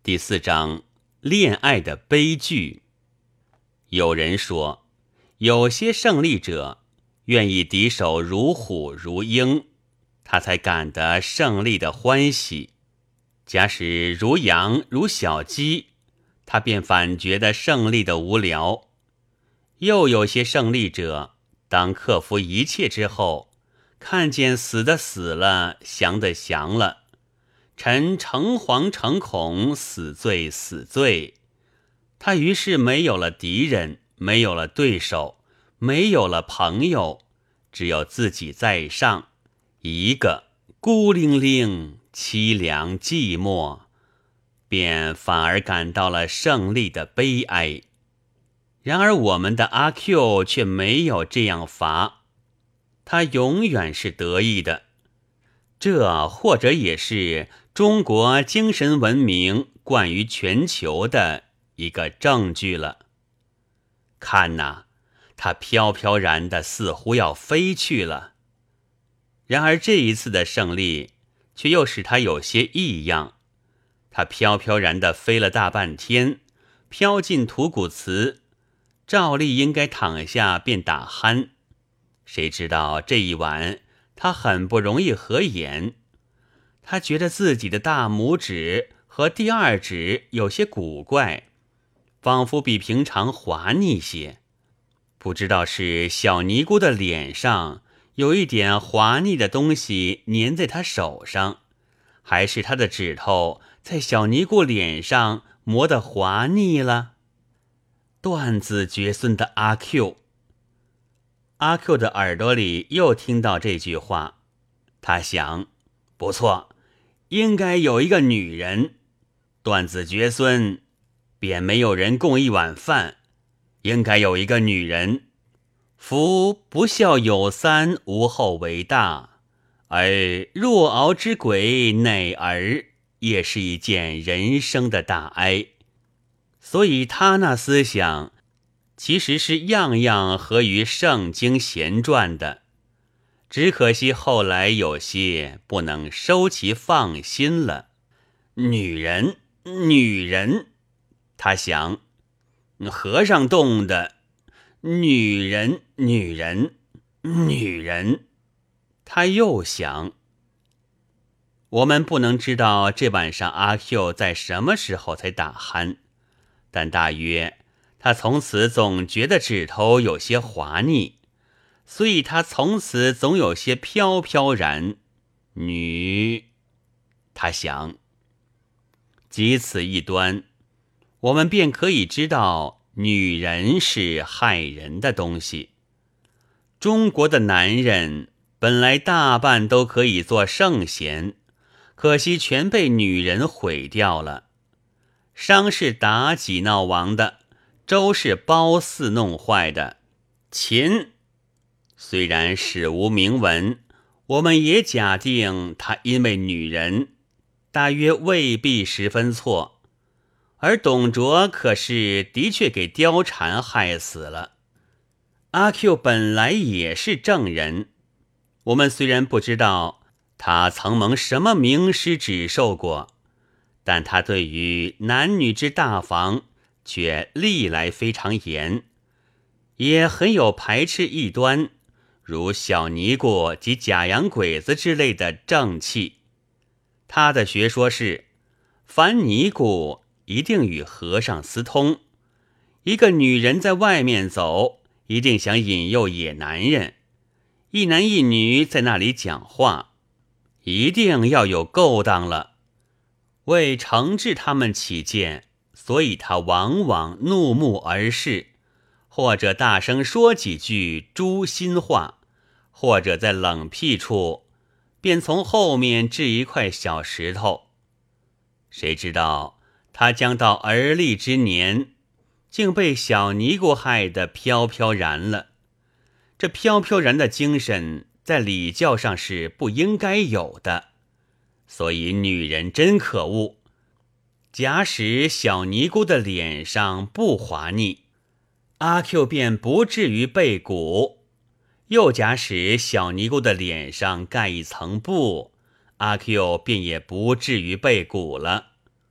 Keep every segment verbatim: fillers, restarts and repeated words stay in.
第四章，恋爱的悲剧。有人说，有些胜利者愿意敌手如虎如鹰，他才感得胜利的欢喜；假使如羊如小鸡，他便反觉得胜利的无聊。又有些胜利者，当克服一切之后，看见死的死了，降的降了，臣诚惶诚恐，死罪死罪。他于是没有了敌人，没有了对手，没有了朋友，只有自己在上，一个孤零零、凄凉寂寞，便反而感到了胜利的悲哀。然而我们的阿 Q 却没有这样罚，他永远是得意的。这或者也是中国精神文明冠于全球的一个证据了。看哪，他飘飘然的似乎要飞去了。然而这一次的胜利却又使他有些异样，他飘飘然的飞了大半天，飘进吐谷祠，照例应该躺下便打鼾，谁知道这一晚他很不容易合眼。他觉得自己的大拇指和第二指有些古怪，仿佛比平常滑腻些。不知道是小尼姑的脸上有一点滑腻的东西粘在他手上，还是他的指头在小尼姑脸上磨得滑腻了。断子绝孙的阿 Q， 阿 Q 的耳朵里又听到这句话，他想，不错，应该有一个女人，断子绝孙，便没有人供一碗饭，应该有一个女人。夫不孝有三，无后为大，而若敖之鬼乃儿，也是一件人生的大哀。所以他那思想其实是样样合于圣经贤传的，只可惜后来有些不能收其放心了。女人，女人，他想，和尚冻的，女人，女人，女人，他又想。我们不能知道这晚上阿 Q 在什么时候才打鼾，但大约他从此总觉得指头有些滑腻，所以他从此总有些飘飘然。女，他想。即此一端，我们便可以知道女人是害人的东西。中国的男人本来大半都可以做圣贤，可惜全被女人毁掉了。商是妲己闹亡的，周是褒姒弄坏的，秦虽然史无明文，我们也假定他因为女人，大约未必十分错。而董卓可是的确给貂蝉害死了。阿 Q 本来也是正人，我们虽然不知道他曾蒙什么名师指授过，但他对于男女之大防却历来非常严，也很有排斥异端，如小尼姑及假洋鬼子之类的正气。他的学说是，凡尼姑一定与和尚私通，一个女人在外面走，一定想引诱野男人，一男一女在那里讲话，一定要有勾当了。为惩治他们起见，所以他往往怒目而视，或者大声说几句诛心话，或者在冷僻处便从后面掷一块小石头。谁知道他将到而立之年，竟被小尼姑害得飘飘然了。这飘飘然的精神在礼教上是不应该有的，所以女人真可恶。假使小尼姑的脸上不滑腻，阿 Q 便不至于被蛊；又假使小尼姑的脸上盖一层布，阿 Q 便也不至于被蛊了。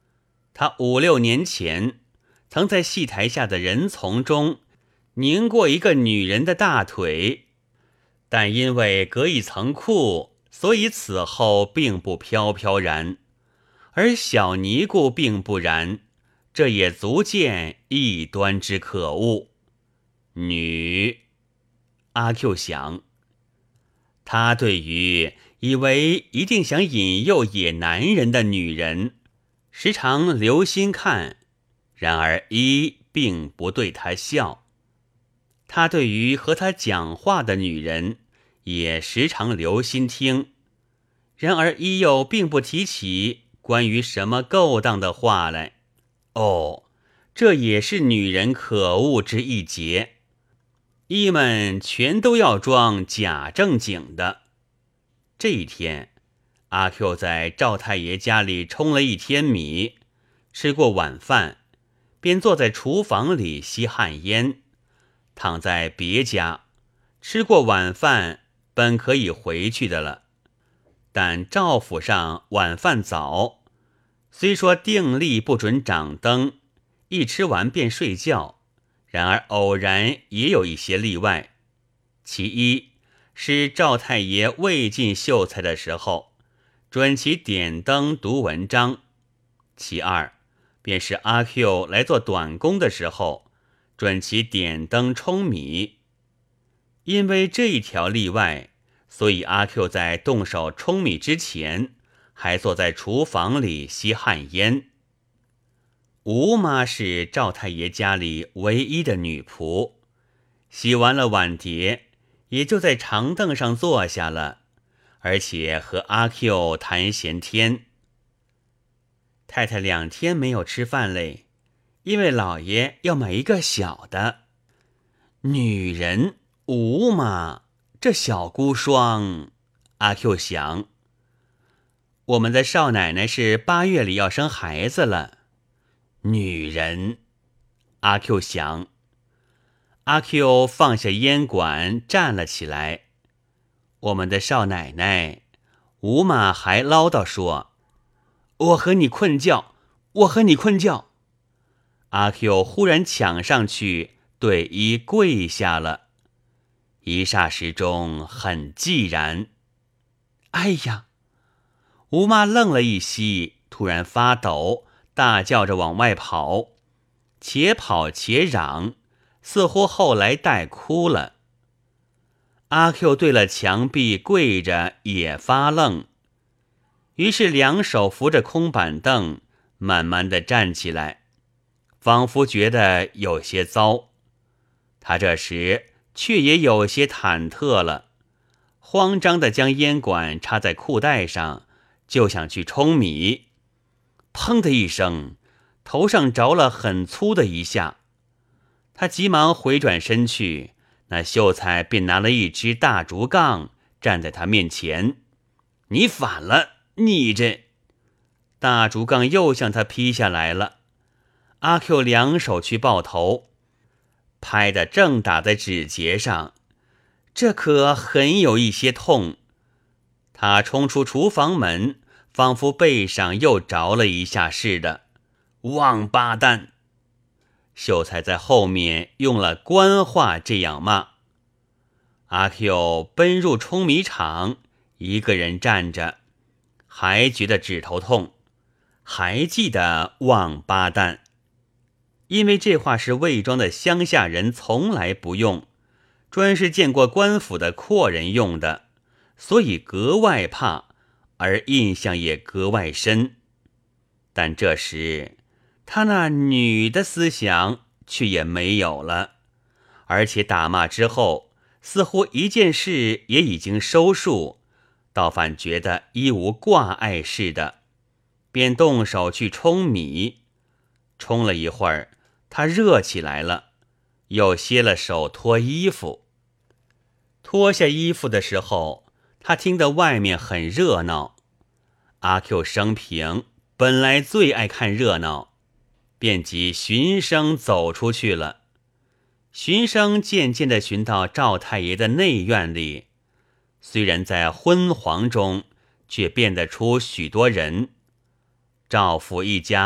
他五六年前曾在戏台下的人丛中拧过一个女人的大腿，但因为隔一层裤，所以此后并不飘飘然。而小尼姑并不然，这也足见异端之可恶。女，阿 Q 想，他对于以为一定想引诱野男人的女人，时常留心看，然而一并不对他笑。他对于和他讲话的女人，也时常留心听，然而一又并不提起关于什么勾当的话来。哦，这也是女人可恶之一节。一们全都要装假正经的。这一天，阿 Q 在赵太爷家里冲了一天米，吃过晚饭，便坐在厨房里吸旱烟。躺在别家吃过晚饭，本可以回去的了，但赵府上晚饭早，虽说定例不准掌灯，一吃完便睡觉，然而偶然也有一些例外。其一是赵太爷未进秀才的时候，准其点灯读文章；其二便是阿 Q 来做短工的时候，准其点灯舂米。因为这一条例外，所以阿 Q 在动手舂米之前，还坐在厨房里吸旱烟。吴妈是赵太爷家里唯一的女仆，洗完了碗碟，也就在长凳上坐下了，而且和阿 Q 谈闲天。太太两天没有吃饭嘞，因为老爷要买一个小的。女人吴嘛，这小孤孀，阿 Q 想，我们的少奶奶是八月里要生孩子了。女人，阿 Q 想。阿 Q 放下烟管站了起来。我们的少奶奶，吴妈还唠叨说，我和你困觉，我和你困觉。阿 Q 忽然抢上去对一跪下了，一霎时中很寂然。哎呀！吴妈愣了一息，突然发抖，大叫着往外跑，且跑且嚷，似乎后来带哭了。阿 Q 对了墙壁跪着也发愣，于是两手扶着空板凳，慢慢地站起来，仿佛觉得有些糟。他这时却也有些忐忑了，慌张地将烟管插在裤带上，就想去舂米。砰的一声，头上着了很粗的一下。他急忙回转身去，那秀才便拿了一支大竹杠站在他面前。你反了，你这！大竹杠又向他劈下来了。阿 Q 两手去抱头，拍得正打在指节上，这可很有一些痛。他冲出厨房门，仿佛背上又着了一下似的。王八蛋！秀才在后面用了官话这样骂。阿 Q 奔入舂米场，一个人站着，还觉得指头痛，还记得王八蛋。因为这话是魏庄的乡下人从来不用，专是见过官府的阔人用的，所以格外怕，而印象也格外深。但这时他那女的思想却也没有了，而且打骂之后，似乎一件事也已经收束，倒反觉得一无挂碍似的，便动手去舂米。冲了一会儿，他热起来了，又歇了手脱衣服。脱下衣服的时候，他听得外面很热闹。阿 Q 生平本来最爱看热闹，便即循声走出去了。循声渐渐地寻到赵太爷的内院里，虽然在昏黄中，却辨得出许多人。赵府一家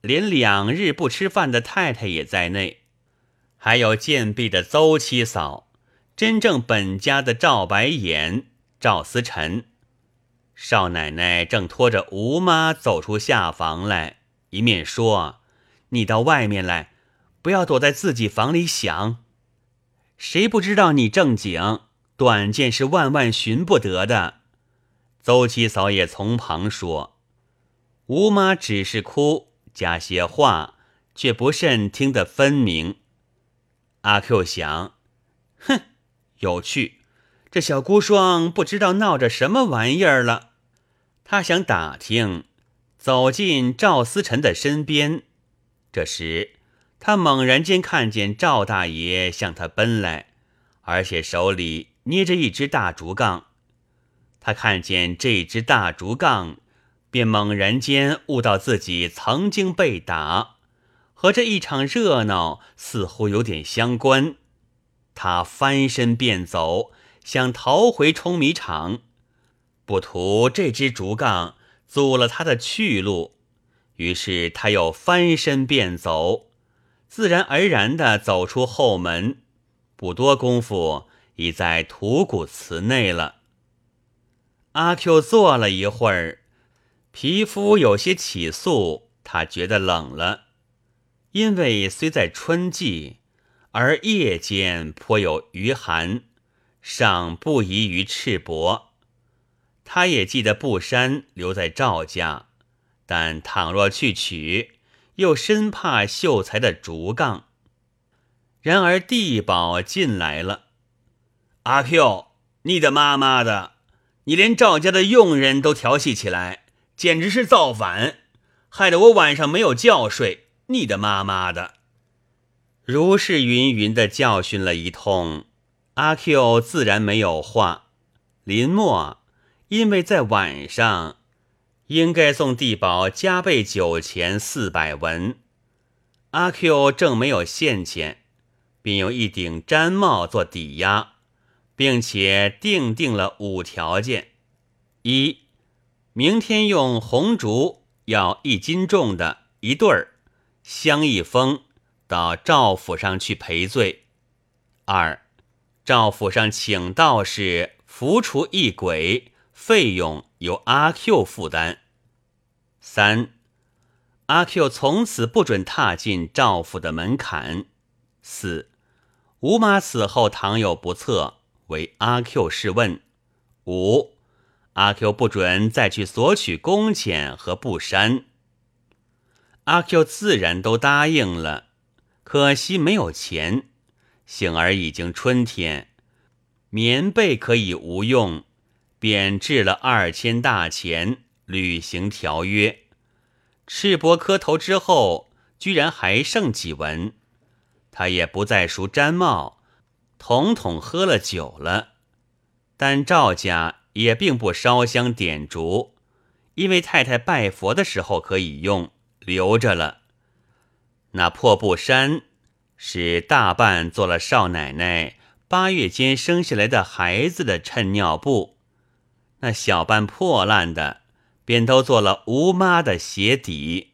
连两日不吃饭的太太也在内，还有贱婢的邹七嫂，真正本家的赵白眼、赵思辰。少奶奶正拖着吴妈走出下房来，一面说：“你到外面来，不要躲在自己房里想。谁不知道你正经，短见是万万寻不得的。”邹七嫂也从旁说。吴妈只是哭，加些话，却不甚听得分明。阿 Q 想，哼，有趣，这小孤孀不知道闹着什么玩意儿了。他想打听，走进赵思辰的身边。这时他猛然间看见赵大爷向他奔来，而且手里捏着一只大竹杠。他看见这只大竹杠，便猛然间悟到自己曾经被打，和这一场热闹似乎有点相关。他翻身便走，想逃回冲米场，不图这只竹杠阻了他的去路，于是他又翻身便走，自然而然地走出后门，不多功夫已在土谷祠内了。阿 Q 坐了一会儿，皮肤有些起肃，他觉得冷了，因为虽在春季，而夜间颇有余寒，尚不宜于赤膊。他也记得布衫留在赵家，但倘若去取，又生怕秀才的竹杠。然而地保进来了。阿 Q， 你的妈妈的，你连赵家的佣人都调戏起来，简直是造反，害得我晚上没有觉睡，你的妈妈的。如是云云的教训了一通，阿 Q 自然没有话。临末因为在晚上应该送地保加倍酒钱四百文，阿 Q 正没有现钱，便用一顶毡帽做抵押，并且订定了五条件：一，明天用红烛要一斤重的一对儿，香一封，到赵府上去赔罪；二，赵府上请道士扶除一鬼，费用由阿 Q 负担；三，阿 Q 从此不准踏进赵府的门槛；四，吴妈死后倘有不测，为阿 Q 试问；五，阿 Q 不准再去索取工钱和布衫。阿 Q 自然都答应了，可惜没有钱，幸而已经春天，棉被可以无用，便掷了二千大钱履行条约。赤膊磕头之后，居然还剩几文，他也不再赎毡帽，统统喝了酒了。但赵家也并不烧香点烛，因为太太拜佛的时候可以用，留着了。那破布衫是大半做了少奶奶八月间生下来的孩子的衬尿布，那小半破烂的便都做了吴妈的鞋底。